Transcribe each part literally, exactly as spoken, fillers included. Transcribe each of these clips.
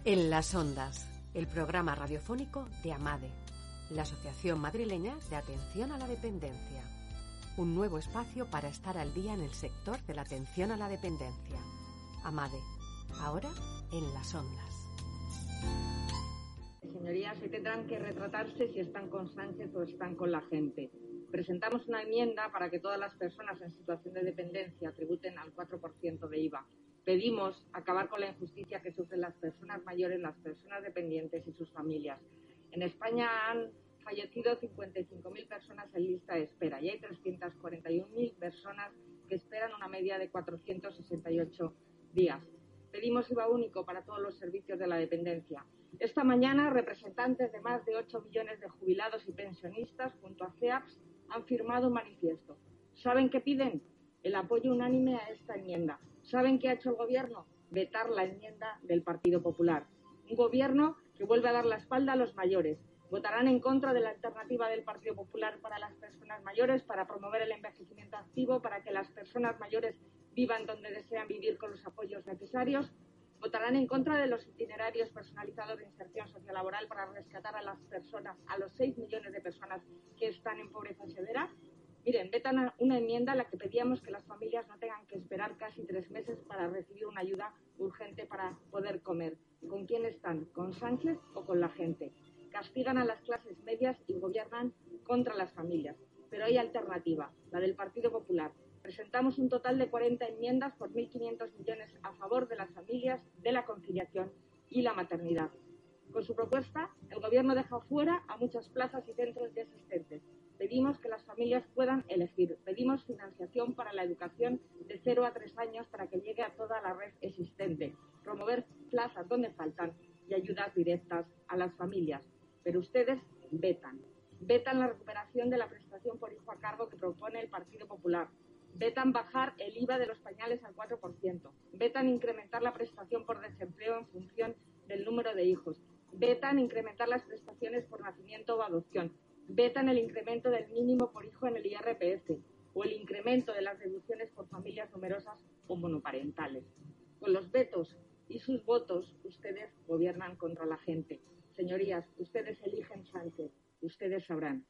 En las ondas, el programa radiofónico de AMADE, la Asociación Madrileña de Atención a la Dependencia. Un nuevo espacio para estar al día en el sector de la atención a la dependencia. AMADE, ahora en las ondas. Señorías, hoy tendrán que retratarse si están con Sánchez o están con la gente. Presentamos una enmienda para que todas las personas en situación de dependencia tributen al cuatro por ciento de I V A. Pedimos acabar con la injusticia que sufren las personas mayores, las personas dependientes y sus familias. En España han fallecido cincuenta y cinco mil personas en lista de espera y hay trescientas cuarenta y una mil personas que esperan una media de cuatrocientos sesenta y ocho días. Pedimos I V A único para todos los servicios de la dependencia. Esta mañana, representantes de más de ocho millones de jubilados y pensionistas, junto a C E A P S, han firmado un manifiesto. ¿Saben qué piden? El apoyo unánime a esta enmienda. ¿Saben qué ha hecho el Gobierno? Vetar la enmienda del Partido Popular. Un Gobierno que vuelve a dar la espalda a los mayores. Votarán en contra de la alternativa del Partido Popular para las personas mayores, para promover el envejecimiento activo, para que las personas mayores vivan donde desean vivir con los apoyos necesarios. Votarán en contra de los itinerarios personalizados de inserción sociolaboral para rescatar a las personas, a los seis millones de personas que están en pobreza severa. Miren, vetan una enmienda en la que pedíamos que las familias no tengan que esperar casi tres meses para recibir una ayuda urgente para poder comer. ¿Con quién están? ¿Con Sánchez o con la gente? Castigan a las clases medias y gobiernan contra las familias. Pero hay alternativa, la del Partido Popular. Presentamos un total de cuarenta enmiendas por mil quinientos millones a favor de las familias, de la conciliación y la maternidad. Con su propuesta, el Gobierno deja fuera a muchas plazas y centros ya existentes. Pedimos que las familias puedan elegir. Pedimos financiación para la educación de cero a tres años para que llegue a toda la red existente. Promover plazas donde faltan y ayudas directas a las familias. Pero ustedes vetan. Vetan la recuperación de la prestación por hijo a cargo que propone el Partido Popular. Vetan bajar el I V A de los pañales al cuatro por ciento. Vetan incrementar la prestación por desempleo en función del número de hijos. Vetan incrementar las prestaciones por nacimiento o adopción. Vetan el incremento del mínimo por hijo en el I R P F o el incremento de las deducciones por familias numerosas o monoparentales. Con los vetos y sus votos, ustedes gobiernan contra la gente. Señorías, ustedes eligen Sánchez, ustedes sabrán.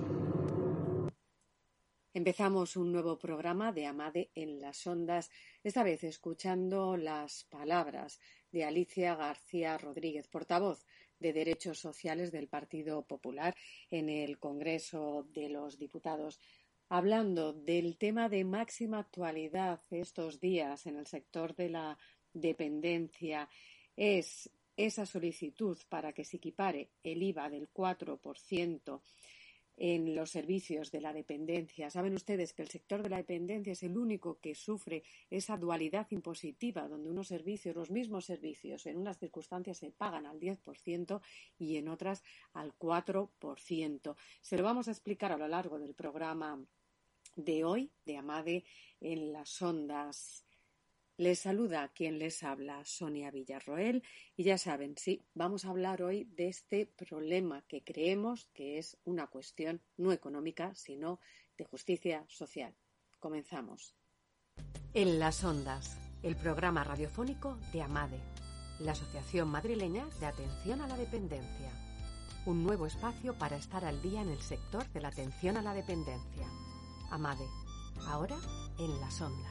Empezamos un nuevo programa de AMADE en las ondas, esta vez escuchando las palabras de Alicia García Rodríguez, portavoz de Derechos Sociales del Partido Popular en el Congreso de los Diputados, hablando del tema de máxima actualidad estos días en el sector de la dependencia. Es esa solicitud para que se equipare el I V A del cuatro por ciento en los servicios de la dependencia. Saben ustedes que el sector de la dependencia es el único que sufre esa dualidad impositiva, donde unos servicios, los mismos servicios, en unas circunstancias se pagan al diez por ciento y en otras al cuatro por ciento. Se lo vamos a explicar a lo largo del programa de hoy, de AMADE en las ondas. Les saluda quien les habla, Sonia Villarroel, y ya saben, sí, vamos a hablar hoy de este problema que creemos que es una cuestión no económica, sino de justicia social. Comenzamos. En las ondas, el programa radiofónico de AMADE, la Asociación Madrileña de Atención a la Dependencia. Un nuevo espacio para estar al día en el sector de la atención a la dependencia. AMADE, ahora en las ondas.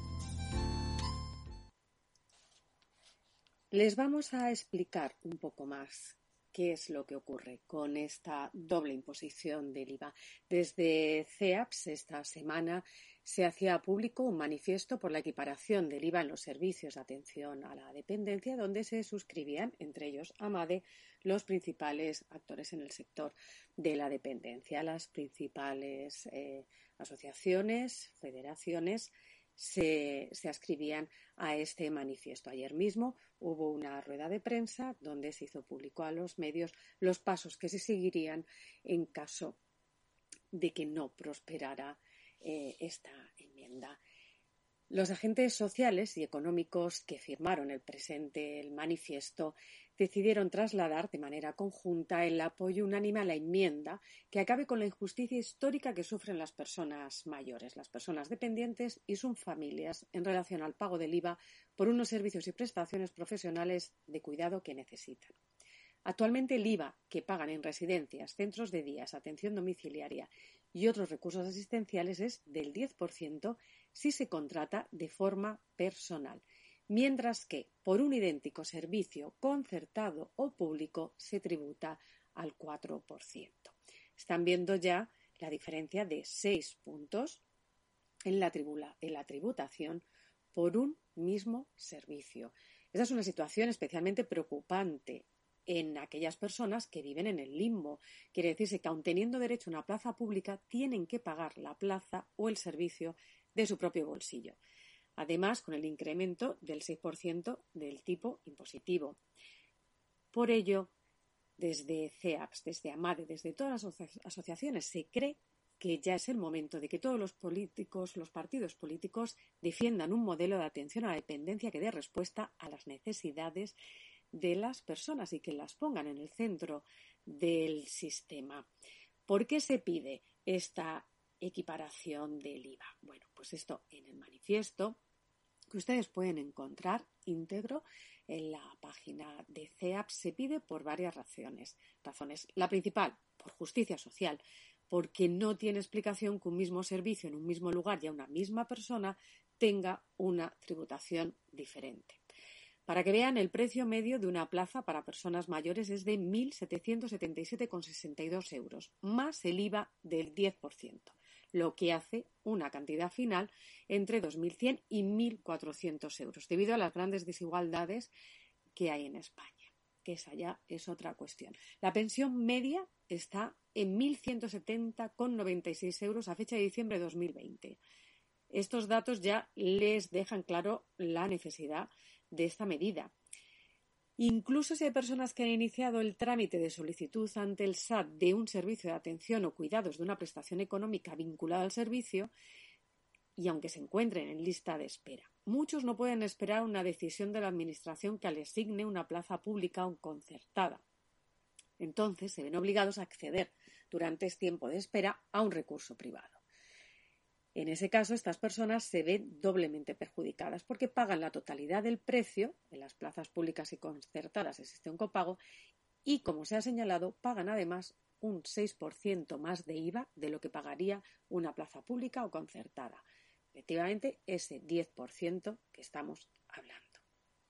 Les vamos a explicar un poco más qué es lo que ocurre con esta doble imposición del I V A. Desde C E A P S esta semana se hacía público un manifiesto por la equiparación del I V A en los servicios de atención a la dependencia, donde se suscribían, entre ellos AMADE, los principales actores en el sector de la dependencia, las principales eh, asociaciones, federaciones, Se, se ascribían a este manifiesto. Ayer mismo hubo una rueda de prensa donde se hizo público a los medios los pasos que se seguirían en caso de que no prosperara eh, esta enmienda. Los agentes sociales y económicos que firmaron el presente el manifiesto decidieron trasladar de manera conjunta el apoyo unánime a la enmienda que acabe con la injusticia histórica que sufren las personas mayores, las personas dependientes y sus familias en relación al pago del I V A por unos servicios y prestaciones profesionales de cuidado que necesitan. Actualmente el I V A que pagan en residencias, centros de días, atención domiciliaria y otros recursos asistenciales es del diez por ciento si se contrata de forma personal, mientras que por un idéntico servicio concertado o público se tributa al cuatro por ciento. Están viendo ya la diferencia de seis puntos en la, tribula, en la tributación por un mismo servicio. Esta es una situación especialmente preocupante en aquellas personas que viven en el limbo. Quiere decirse que, aun teniendo derecho a una plaza pública, tienen que pagar la plaza o el servicio de su propio bolsillo. Además, con el incremento del seis por ciento del tipo impositivo. Por ello, desde C E A P S, desde AMADE, desde todas las aso- asociaciones, se cree que ya es el momento de que todos los políticos, los partidos políticos, defiendan un modelo de atención a la dependencia que dé respuesta a las necesidades de las personas y que las pongan en el centro del sistema. ¿Por qué se pide esta equiparación del I V A? Bueno, pues esto en el manifiesto que ustedes pueden encontrar íntegro en la página de C E A P S se pide por varias razones. razones. La principal, por justicia social, porque no tiene explicación que un mismo servicio en un mismo lugar y a una misma persona tenga una tributación diferente. Para que vean, el precio medio de una plaza para personas mayores es de mil setecientos setenta y siete coma sesenta y dos euros, más el I V A del diez por ciento, lo que hace una cantidad final entre dos mil cien y mil cuatrocientos euros, debido a las grandes desigualdades que hay en España, que esa ya es otra cuestión. La pensión media está en mil ciento setenta coma noventa y seis euros a fecha de diciembre de dos mil veinte. Estos datos ya les dejan claro la necesidad de esta medida. Incluso si hay personas que han iniciado el trámite de solicitud ante el S A T de un servicio de atención o cuidados de una prestación económica vinculada al servicio, y aunque se encuentren en lista de espera, muchos no pueden esperar una decisión de la Administración que les asigne una plaza pública o concertada. Entonces se ven obligados a acceder durante este tiempo de espera a un recurso privado. En ese caso, estas personas se ven doblemente perjudicadas porque pagan la totalidad del precio. En las plazas públicas y concertadas existe un copago y, como se ha señalado, pagan además un seis por ciento más de I V A de lo que pagaría una plaza pública o concertada. Efectivamente, ese diez por ciento que estamos hablando.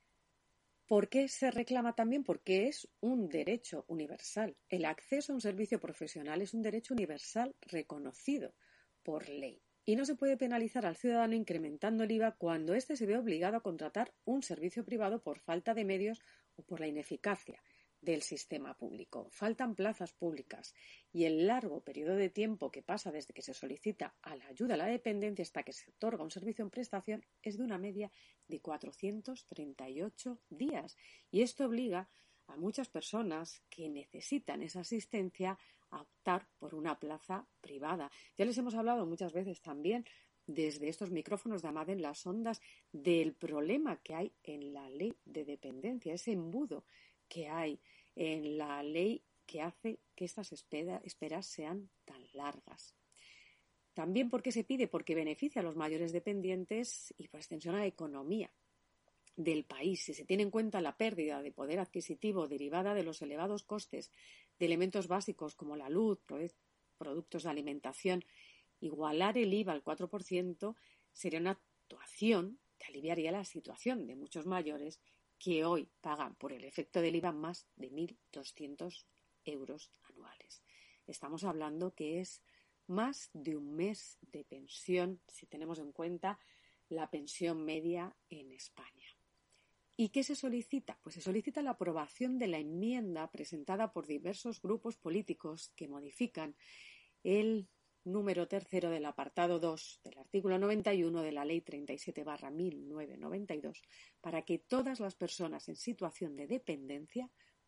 ¿Por qué se reclama también? Porque es un derecho universal. El acceso a un servicio profesional es un derecho universal reconocido por ley. Y no se puede penalizar al ciudadano incrementando el I V A cuando éste se ve obligado a contratar un servicio privado por falta de medios o por la ineficacia del sistema público. Faltan plazas públicas y el largo periodo de tiempo que pasa desde que se solicita a la ayuda a la dependencia hasta que se otorga un servicio en prestación es de una media de cuatrocientos treinta y ocho días. Y esto obliga a muchas personas que necesitan esa asistencia a optar por una plaza privada. Ya les hemos hablado muchas veces también desde estos micrófonos de AMADE en las ondas del problema que hay en la ley de dependencia, ese embudo que hay en la ley que hace que estas espera, esperas sean tan largas. También, ¿por qué se pide? Porque beneficia a los mayores dependientes y por extensión a la economía del país. Si se tiene en cuenta la pérdida de poder adquisitivo derivada de los elevados costes de elementos básicos como la luz, productos de alimentación, igualar el I V A al cuatro por ciento sería una actuación que aliviaría la situación de muchos mayores que hoy pagan por el efecto del I V A más de mil doscientos euros anuales. Estamos hablando que es más de un mes de pensión si tenemos en cuenta la pensión media en España. ¿Y qué se solicita? Pues se solicita la aprobación de la enmienda presentada por diversos grupos políticos que modifican el número tercero del apartado dos del artículo noventa y uno de la Ley treinta y siete barra mil novecientos noventa y dos para que todas las personas en situación de dependencia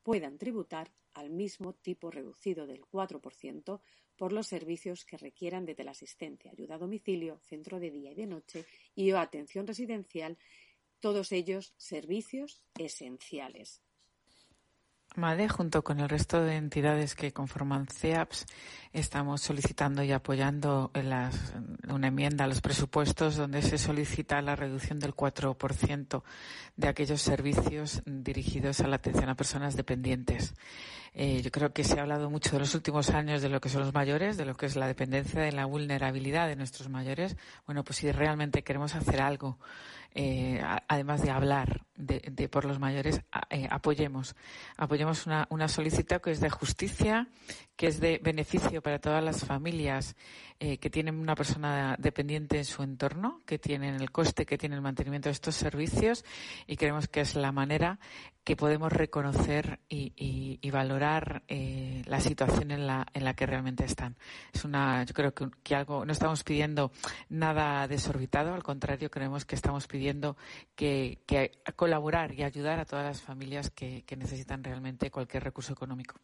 puedan tributar al mismo tipo reducido del cuatro por ciento por los servicios que requieran de teleasistencia, ayuda a domicilio, centro de día y de noche y o atención residencial, todos ellos servicios esenciales. AMADE, junto con el resto de entidades que conforman C E A P S, estamos solicitando y apoyando en las, una enmienda a los presupuestos donde se solicita la reducción del cuatro por ciento de aquellos servicios dirigidos a la atención a personas dependientes. Eh, yo creo que se ha hablado mucho de los últimos años de lo que son los mayores, de lo que es la dependencia, de la vulnerabilidad de nuestros mayores. Bueno, pues si realmente queremos hacer algo, eh, a, además de hablar de, de por los mayores, eh, apoyemos. Apoyemos una, una solicitud que es de justicia, que es de beneficio para todas las familias eh, que tienen una persona dependiente en su entorno, que tienen el coste, que tienen el mantenimiento de estos servicios, y creemos que es la manera que podemos reconocer y, y, y valorar eh, la situación en la, en la que realmente están. Es una, yo creo que, que algo, no estamos pidiendo nada desorbitado, al contrario, creemos que estamos pidiendo que, que colaborar y ayudar a todas las familias que, que necesitan realmente cualquier recurso económico.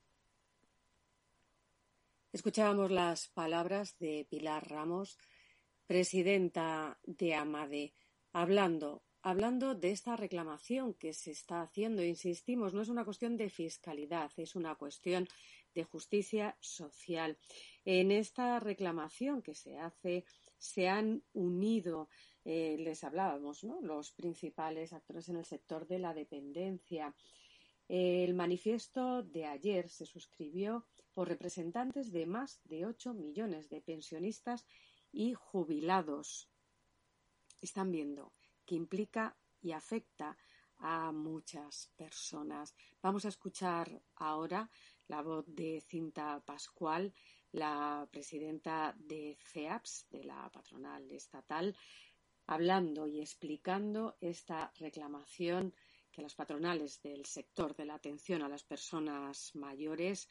Escuchábamos las palabras de Pilar Ramos, presidenta de AMADE, hablando Hablando de esta reclamación que se está haciendo. Insistimos, no es una cuestión de fiscalidad, es una cuestión de justicia social. En esta reclamación que se hace se han unido, eh, les hablábamos, ¿no?, los principales actores en el sector de la dependencia. El manifiesto de ayer se suscribió por representantes de más de ocho millones de pensionistas y jubilados. Están viendo que implica y afecta a muchas personas. Vamos a escuchar ahora la voz de Cinta Pascual, la presidenta de C E A P S, de la patronal estatal, hablando y explicando esta reclamación que las patronales del sector de la atención a las personas mayores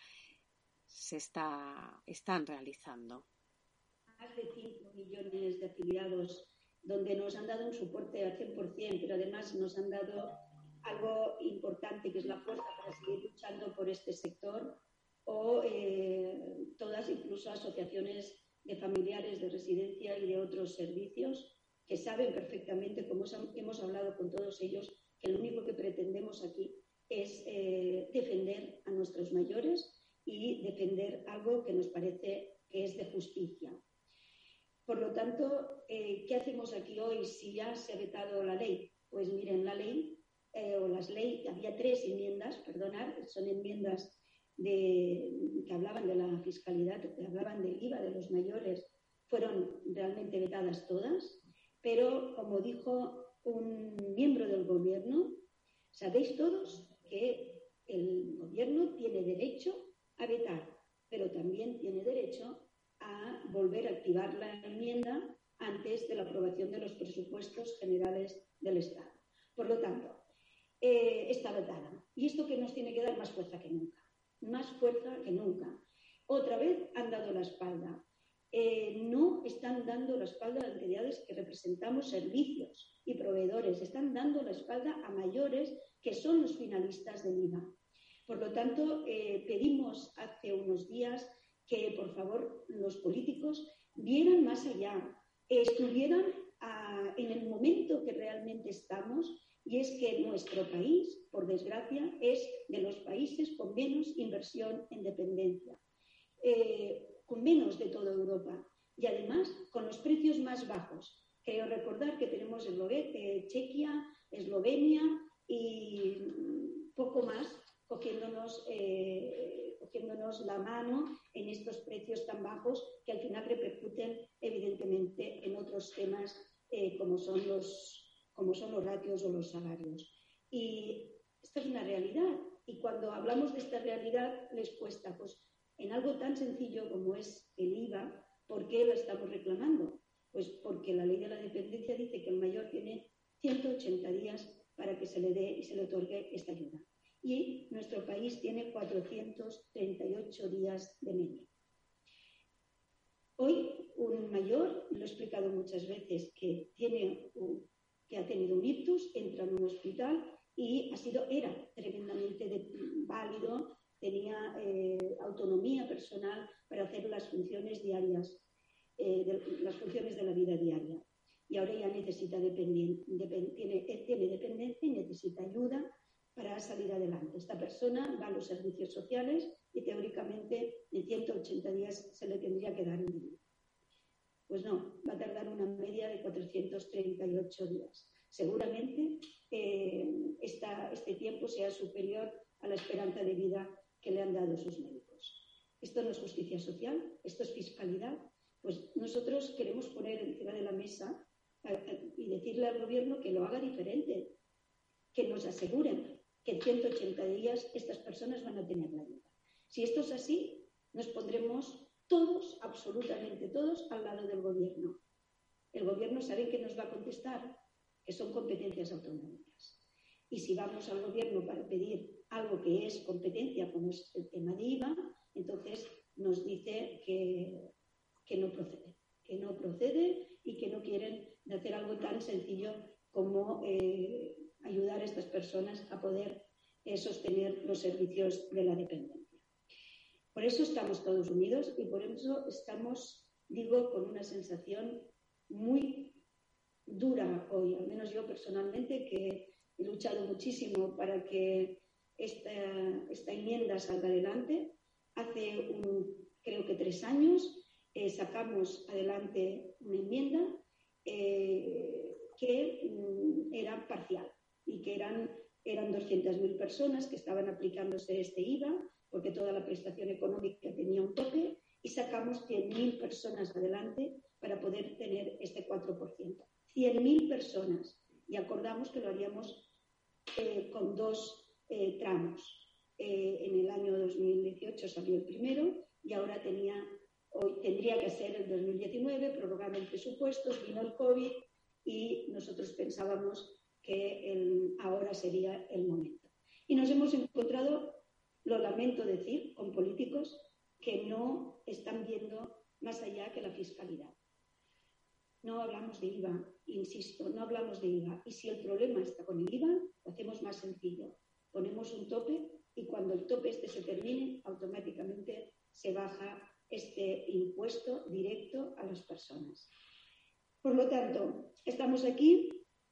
se está, están realizando. Más de cinco millones de afiliados donde nos han dado un soporte al cien por ciento, pero además nos han dado algo importante, que es la fuerza para seguir luchando por este sector, o eh, todas incluso asociaciones de familiares de residencia y de otros servicios que saben perfectamente, como hemos hablado con todos ellos, que lo único que pretendemos aquí es eh, defender a nuestros mayores y defender algo que nos parece que es de justicia. Por lo tanto, eh, ¿qué hacemos aquí hoy si ya se ha vetado la ley? Pues miren, la ley, eh, o las leyes, había tres enmiendas, perdonad, son enmiendas de, que hablaban de la fiscalidad, que hablaban del I V A de los mayores, fueron realmente vetadas todas, pero como dijo un miembro del gobierno, sabéis todos que el gobierno tiene derecho a vetar, pero también tiene derecho a volver a activar la enmienda antes de la aprobación de los presupuestos generales del Estado. Por lo tanto, eh, está vetada. Y esto que nos tiene que dar más fuerza que nunca. Más fuerza que nunca. Otra vez han dado la espalda. Eh, no están dando la espalda a entidades que representamos servicios y proveedores. Están dando la espalda a mayores que son los finalistas del I V A. Por lo tanto, eh, pedimos hace unos días que, por favor, los políticos vieran más allá, eh, estuvieran a, en el momento que realmente estamos, y es que nuestro país, por desgracia, es de los países con menos inversión en dependencia, eh, con menos de toda Europa, y además con los precios más bajos. Creo recordar que tenemos Eslovenia, eh, Chequia, Eslovenia y poco más, cogiéndonos, eh, cogiéndonos la mano en estos precios tan bajos que al final repercuten evidentemente en otros temas eh, como, son los, como son los ratios o los salarios. Y esta es una realidad, y cuando hablamos de esta realidad les cuesta, pues en algo tan sencillo como es el I V A, ¿por qué lo estamos reclamando? Pues porque la ley de la dependencia dice que el mayor tiene ciento ochenta días para que se le dé y se le otorgue esta ayuda. Y nuestro país tiene cuatrocientos treinta y ocho días de media. Hoy un mayor, lo he explicado muchas veces, que, tiene un, que ha tenido un ictus, entra en un hospital y ha sido, era tremendamente de, válido, tenía eh, autonomía personal para hacer las funciones diarias, eh, de, las funciones de la vida diaria. Y ahora ya necesita dependien, depend, tiene, tiene dependencia y necesita ayuda para salir adelante. Esta persona va a los servicios sociales y teóricamente en ciento ochenta días se le tendría que dar un dinero. Pues no, va a tardar una media de cuatrocientos treinta y ocho días. Seguramente eh, esta, este tiempo sea superior a la esperanza de vida que le han dado sus médicos. Esto no es justicia social, esto es fiscalidad. Pues nosotros queremos poner encima de la mesa y decirle al gobierno que lo haga diferente, que nos aseguren que en ciento ochenta días estas personas van a tener la ayuda. Si esto es así, nos pondremos todos, absolutamente todos, al lado del gobierno. El gobierno sabe que nos va a contestar, que son competencias autonómicas. Y si vamos al gobierno para pedir algo que es competencia, como es el tema de I V A, entonces nos dice que, que no procede, que no procede y que no quieren hacer algo tan sencillo como eh, ayudar a estas personas a poder eh, sostener los servicios de la dependencia. Por eso estamos todos unidos y por eso estamos, digo, con una sensación muy dura hoy, al menos yo personalmente, que he luchado muchísimo para que esta, esta enmienda salga adelante. Hace, un, creo que tres años, eh, sacamos adelante una enmienda eh, que mm, era parcial y que eran, eran doscientas mil personas que estaban aplicándose este I V A porque toda la prestación económica tenía un tope y sacamos cien mil personas adelante para poder tener este cuatro por ciento. cien mil personas y acordamos que lo haríamos eh, con dos eh, tramos. Eh, en el año dos mil dieciocho salió el primero y ahora tenía, hoy tendría que ser el dos mil diecinueve, prorrogaron presupuestos, vino el COVID y nosotros pensábamos que el, ahora sería el momento. Y nos hemos encontrado, lo lamento decir, con políticos que no están viendo más allá que la fiscalidad. No hablamos de I V A, insisto, no hablamos de I V A. Y si el problema está con el I V A, lo hacemos más sencillo. Ponemos un tope y cuando el tope este se termine, automáticamente se baja este impuesto directo a las personas. Por lo tanto, estamos aquí,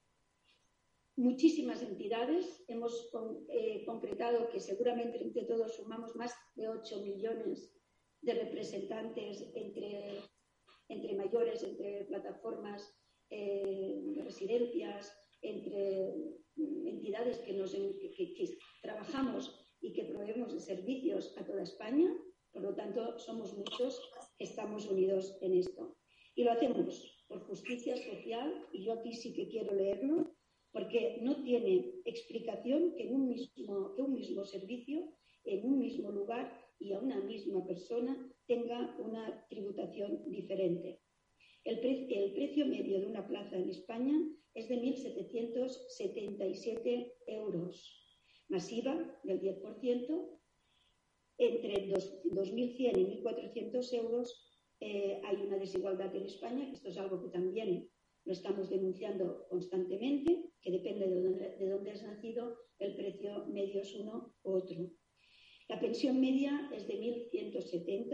muchísimas entidades, hemos eh, concretado que seguramente entre todos sumamos más de ocho millones de representantes entre, entre mayores, entre plataformas eh, de residencias, entre entidades que, nos, que, que, que trabajamos y que proveemos de servicios a toda España. Por lo tanto, somos muchos que estamos unidos en esto. Y lo hacemos por justicia social, y yo aquí sí que quiero leerlo, porque no tiene explicación que, en un mismo, que un mismo servicio, en un mismo lugar y a una misma persona tenga una tributación diferente. El, pre el precio medio de una plaza en España es de mil setecientos setenta y siete euros, más I V A del diez por ciento. Entre dos mil cien y mil cuatrocientos euros eh, hay una desigualdad en España, que esto es algo que también lo estamos denunciando constantemente, que depende de dónde, de dónde has nacido, el precio medio es uno u otro. La pensión media es de mil ciento setenta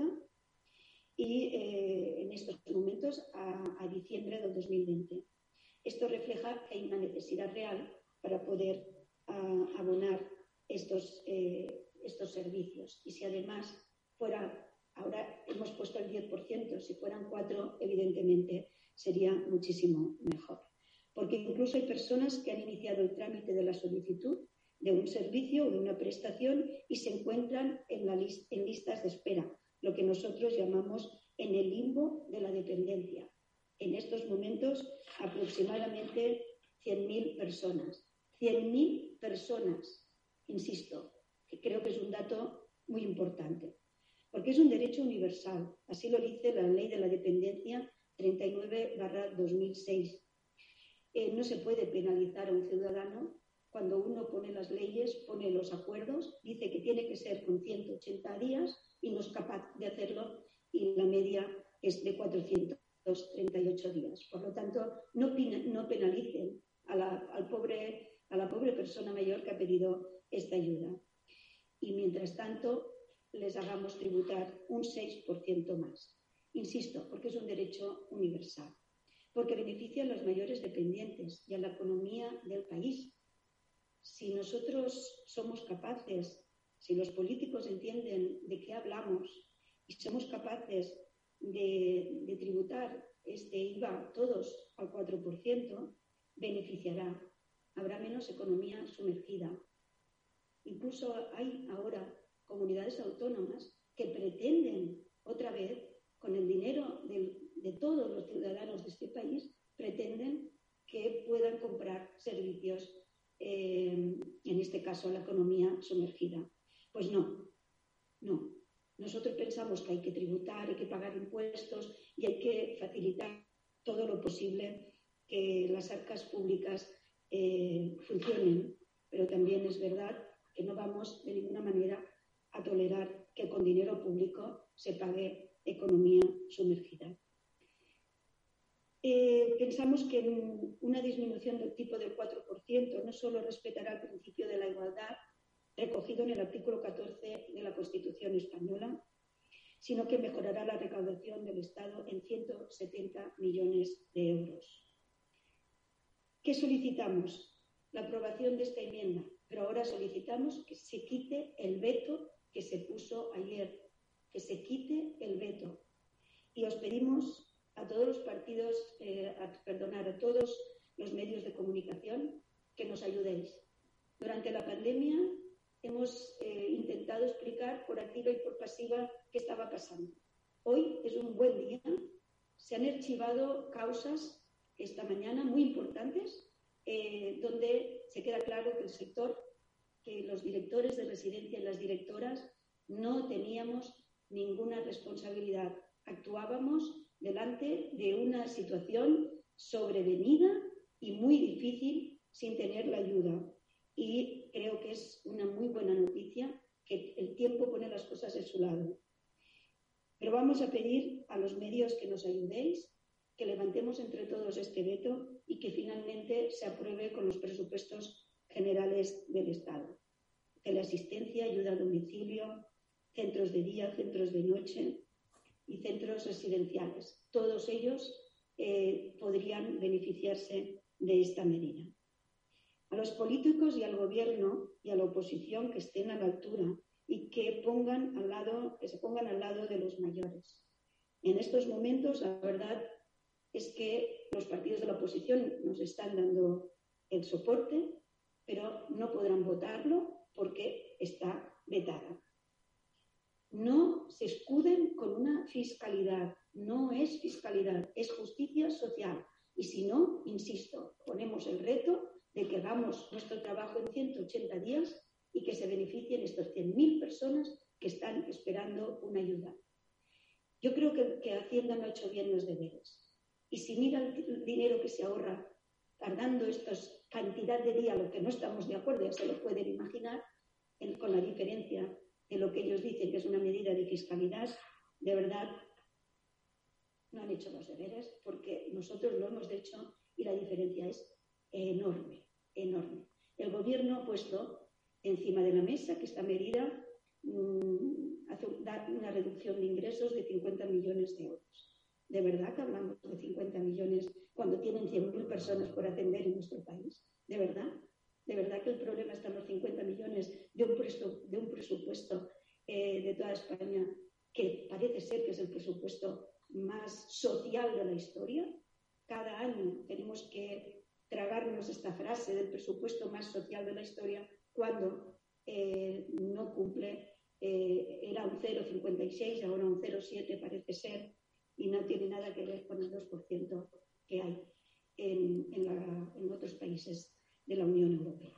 y eh, en estos momentos a, a diciembre del dos mil veinte. Esto refleja que hay una necesidad real para poder a, abonar estos, eh, estos servicios. Y si además fuera, ahora hemos puesto el diez por ciento, si fueran cuatro, evidentemente sería muchísimo mejor. Porque incluso hay personas que han iniciado el trámite de la solicitud de un servicio o de una prestación y se encuentran en, la list en listas de espera, lo que nosotros llamamos en el limbo de la dependencia. En estos momentos, aproximadamente cien mil personas. cien mil personas, insisto, que creo que es un dato muy importante, porque es un derecho universal. Así lo dice la Ley de la Dependencia treinta y nueve barra dos mil seis. Eh, no se puede penalizar a un ciudadano cuando uno pone las leyes, pone los acuerdos, dice que tiene que ser con ciento ochenta días y no es capaz de hacerlo y la media es de cuatrocientos treinta y ocho días. Por lo tanto, no, no penalicen a la, al pobre, a la pobre persona mayor que ha pedido esta ayuda. y mientras tanto les hagamos tributar un seis por ciento más. Insisto, porque es un derecho universal, porque beneficia a los mayores dependientes y a la economía del país. Si nosotros somos capaces, si los políticos entienden de qué hablamos y somos capaces de, de tributar este I V A todos al cuatro por ciento, beneficiará. Habrá menos economía sumergida. Incluso hay ahora comunidades autónomas que pretenden otra vez, con el dinero de, de todos los ciudadanos de este país, pretenden que puedan comprar servicios, eh, en este caso la economía sumergida. Pues no, no. Nosotros pensamos que hay que tributar, hay que pagar impuestos y hay que facilitar todo lo posible que las arcas públicas eh, funcionen, pero también es verdad que no vamos de ninguna manera a tolerar que con dinero público se pague economía sumergida. Eh, pensamos que una disminución del tipo del cuatro por ciento no solo respetará el principio de la igualdad recogido en el artículo catorce de la Constitución española, sino que mejorará la recaudación del Estado en ciento setenta millones de euros. ¿Qué solicitamos? La aprobación de esta enmienda, pero ahora solicitamos que se quite el veto que se puso ayer, que se quite el veto. Y os pedimos a todos los partidos, eh, a, perdonar, a todos los medios de comunicación que nos ayudéis. Durante la pandemia hemos eh, intentado explicar por activa y por pasiva qué estaba pasando. Hoy es un buen día. Se han archivado causas esta mañana muy importantes, eh, donde se queda claro que el sector, que los directores de residencia y las directoras no teníamos ninguna responsabilidad. Actuábamos delante de una situación sobrevenida y muy difícil sin tener la ayuda. Y creo que es una muy buena noticia que el tiempo pone las cosas en su lado. Pero vamos a pedir a los medios que nos ayudéis, que levantemos entre todos este veto y que finalmente se apruebe con los presupuestos generales del Estado. Teleasistencia, ayuda a domicilio, centros de día, centros de noche y centros residenciales. Todos ellos eh, podrían beneficiarse de esta medida. A los políticos y al Gobierno y a la oposición que estén a la altura y que, pongan al lado, que se pongan al lado de los mayores. En estos momentos, la verdad es que los partidos de la oposición nos están dando el soporte, pero no podrán votarlo porque está vetada. No se escuden con una fiscalidad, no es fiscalidad, es justicia social. Y si no, insisto, ponemos el reto de que hagamos nuestro trabajo en ciento ochenta días y que se beneficien estas cien mil personas que están esperando una ayuda. Yo creo que, que Hacienda no ha hecho bien los deberes. Y si mira el dinero que se ahorra tardando esta cantidad de días, lo que no estamos de acuerdo, ya se lo pueden imaginar, en, con la diferencia de lo que ellos dicen que es una medida de fiscalidad, de verdad no han hecho los deberes porque nosotros lo hemos hecho y la diferencia es enorme, enorme. El Gobierno ha puesto encima de la mesa que esta medida mmm, hace, da una reducción de ingresos de cincuenta millones de euros. ¿De verdad que hablamos de cincuenta millones cuando tienen cien mil personas por atender en nuestro país? ¿De verdad? ¿De verdad que el problema está en los cincuenta millones de un, presupuesto, de, un presupuesto eh, de toda España que parece ser que es el presupuesto más social de la historia? Cada año tenemos que tragarnos esta frase del presupuesto más social de la historia cuando eh, no cumple, eh, era un cero coma cincuenta y seis, ahora un cero coma siete parece ser, y no tiene nada que ver con el dos por ciento que hay en, en, la, en otros países de la Unión Europea.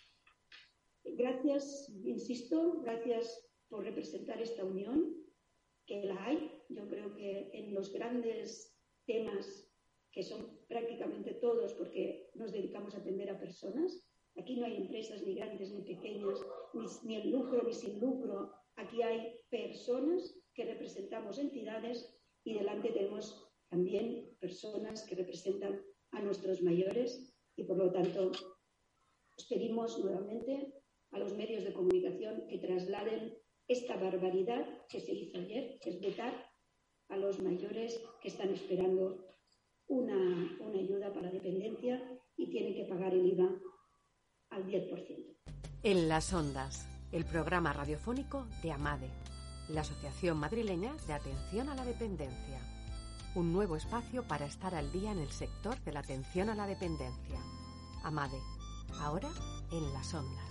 Gracias, insisto, gracias por representar esta unión, que la hay. Yo creo que en los grandes temas, que son prácticamente todos porque nos dedicamos a atender a personas, aquí no hay empresas ni grandes ni pequeñas, ni, ni el lucro ni sin lucro, aquí hay personas que representamos entidades y delante tenemos también personas que representan a nuestros mayores y por lo tanto os pedimos nuevamente a los medios de comunicación que trasladen esta barbaridad que se hizo ayer, que es vetar a los mayores que están esperando una, una ayuda para dependencia y tienen que pagar el I V A al diez por ciento. En las ondas, el programa radiofónico de AMADE, la Asociación Madrileña de Atención a la Dependencia. Un nuevo espacio para estar al día en el sector de la atención a la dependencia. AMADE, ahora en las ondas.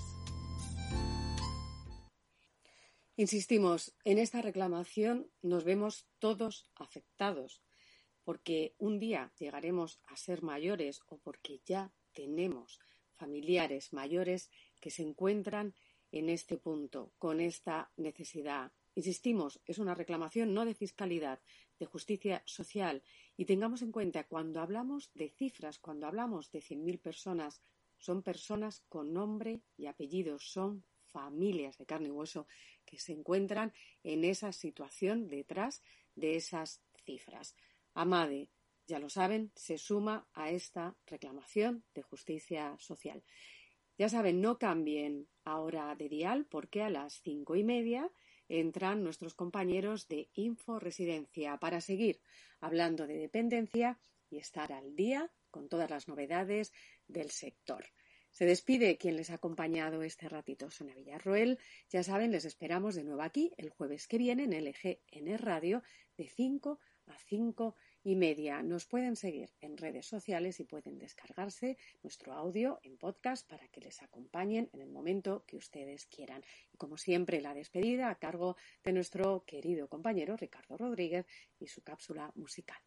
Insistimos, en esta reclamación nos vemos todos afectados, porque un día llegaremos a ser mayores o porque ya tenemos familiares mayores que se encuentran en este punto, con esta necesidad. Insistimos, es una reclamación no de fiscalidad, de justicia social. Y tengamos en cuenta, cuando hablamos de cifras, cuando hablamos de cien mil personas, son personas con nombre y apellido, son familias de carne y hueso que se encuentran en esa situación detrás de esas cifras. AMADE, ya lo saben, se suma a esta reclamación de justicia social. Ya saben, no cambien ahora de dial, porque a las cinco y media entran nuestros compañeros de Inforesidencia para seguir hablando de dependencia y estar al día con todas las novedades del sector. Se despide quien les ha acompañado este ratito, Sonia Villarroel. Ya saben, les esperamos de nuevo aquí el jueves que viene en L G N Radio de cinco a cinco y media. Nos pueden seguir en redes sociales y pueden descargarse nuestro audio en podcast para que les acompañen en el momento que ustedes quieran. Y como siempre, la despedida a cargo de nuestro querido compañero Ricardo Rodríguez y su cápsula musical.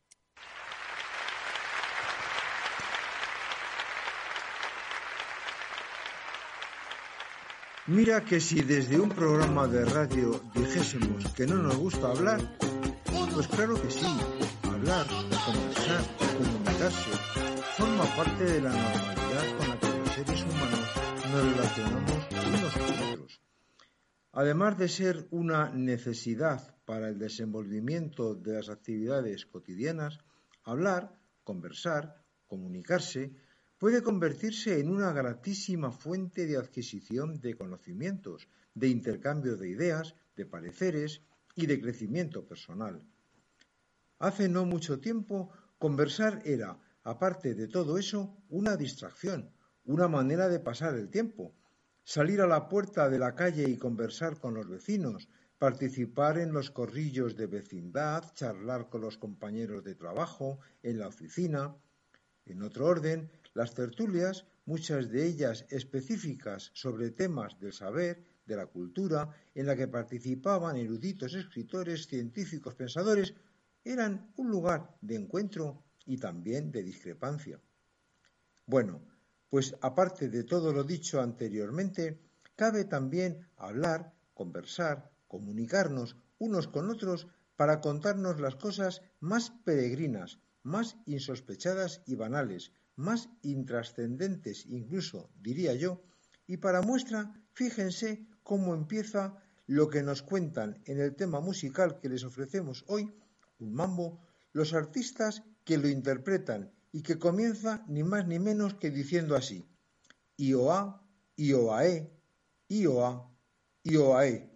Mira que si desde un programa de radio dijésemos que no nos gusta hablar, pues claro que sí, hablar, conversar, comunicarse, forma parte de la normalidad con la que los seres humanos nos relacionamos unos con otros. Además de ser una necesidad para el desenvolvimiento de las actividades cotidianas, hablar, conversar, comunicarse, puede convertirse en una gratísima fuente de adquisición de conocimientos, de intercambio de ideas, de pareceres y de crecimiento personal. Hace no mucho tiempo, conversar era, aparte de todo eso, una distracción, una manera de pasar el tiempo. Salir a la puerta de la calle y conversar con los vecinos, participar en los corrillos de vecindad, charlar con los compañeros de trabajo, en la oficina. En otro orden, las tertulias, muchas de ellas específicas sobre temas del saber, de la cultura, en la que participaban eruditos escritores, científicos, pensadores, eran un lugar de encuentro y también de discrepancia. Bueno, pues aparte de todo lo dicho anteriormente, cabe también hablar, conversar, comunicarnos unos con otros para contarnos las cosas más peregrinas, más insospechadas y banales, más intrascendentes incluso, diría yo, y para muestra, fíjense cómo empieza lo que nos cuentan en el tema musical que les ofrecemos hoy, un mambo, los artistas que lo interpretan y que comienza ni más ni menos que diciendo así: Ioa, Ioae, Ioa, Ioae.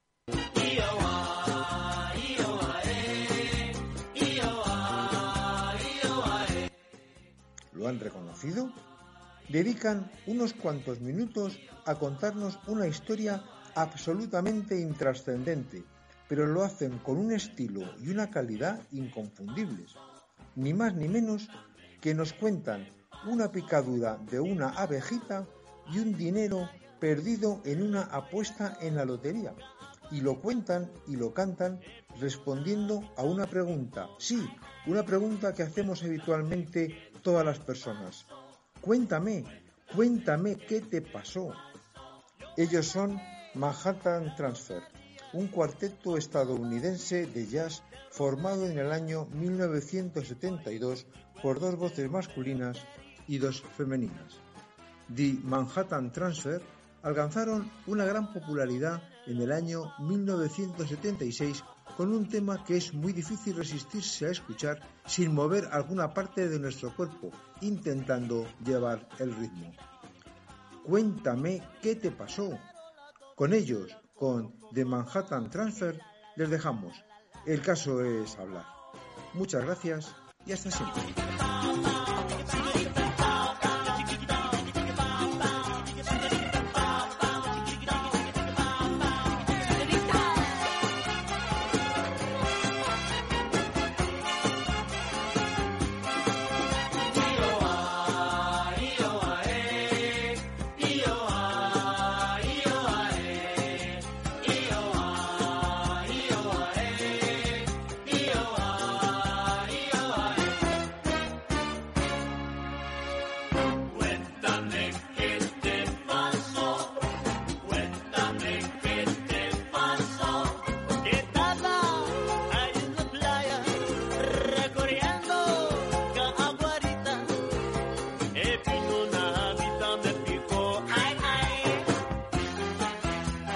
¿Lo han reconocido? Dedican unos cuantos minutos a contarnos una historia absolutamente intrascendente, pero lo hacen con un estilo y una calidad inconfundibles. Ni más ni menos que nos cuentan una picadura de una abejita y un dinero perdido en una apuesta en la lotería. Y lo cuentan y lo cantan respondiendo a una pregunta. Sí, una pregunta que hacemos habitualmente todas las personas. Cuéntame, cuéntame qué te pasó. Ellos son Manhattan Transfer, un cuarteto estadounidense de jazz formado en el año mil novecientos setenta y dos por dos voces masculinas y dos femeninas. The Manhattan Transfer alcanzaron una gran popularidad en el año mil novecientos setenta y seis con un tema que es muy difícil resistirse a escuchar sin mover alguna parte de nuestro cuerpo, intentando llevar el ritmo. Cuéntame qué te pasó. Con ellos, con The Manhattan Transfer, les dejamos. El caso es hablar. Muchas gracias y hasta siempre.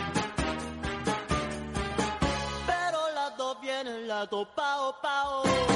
Pao, pao.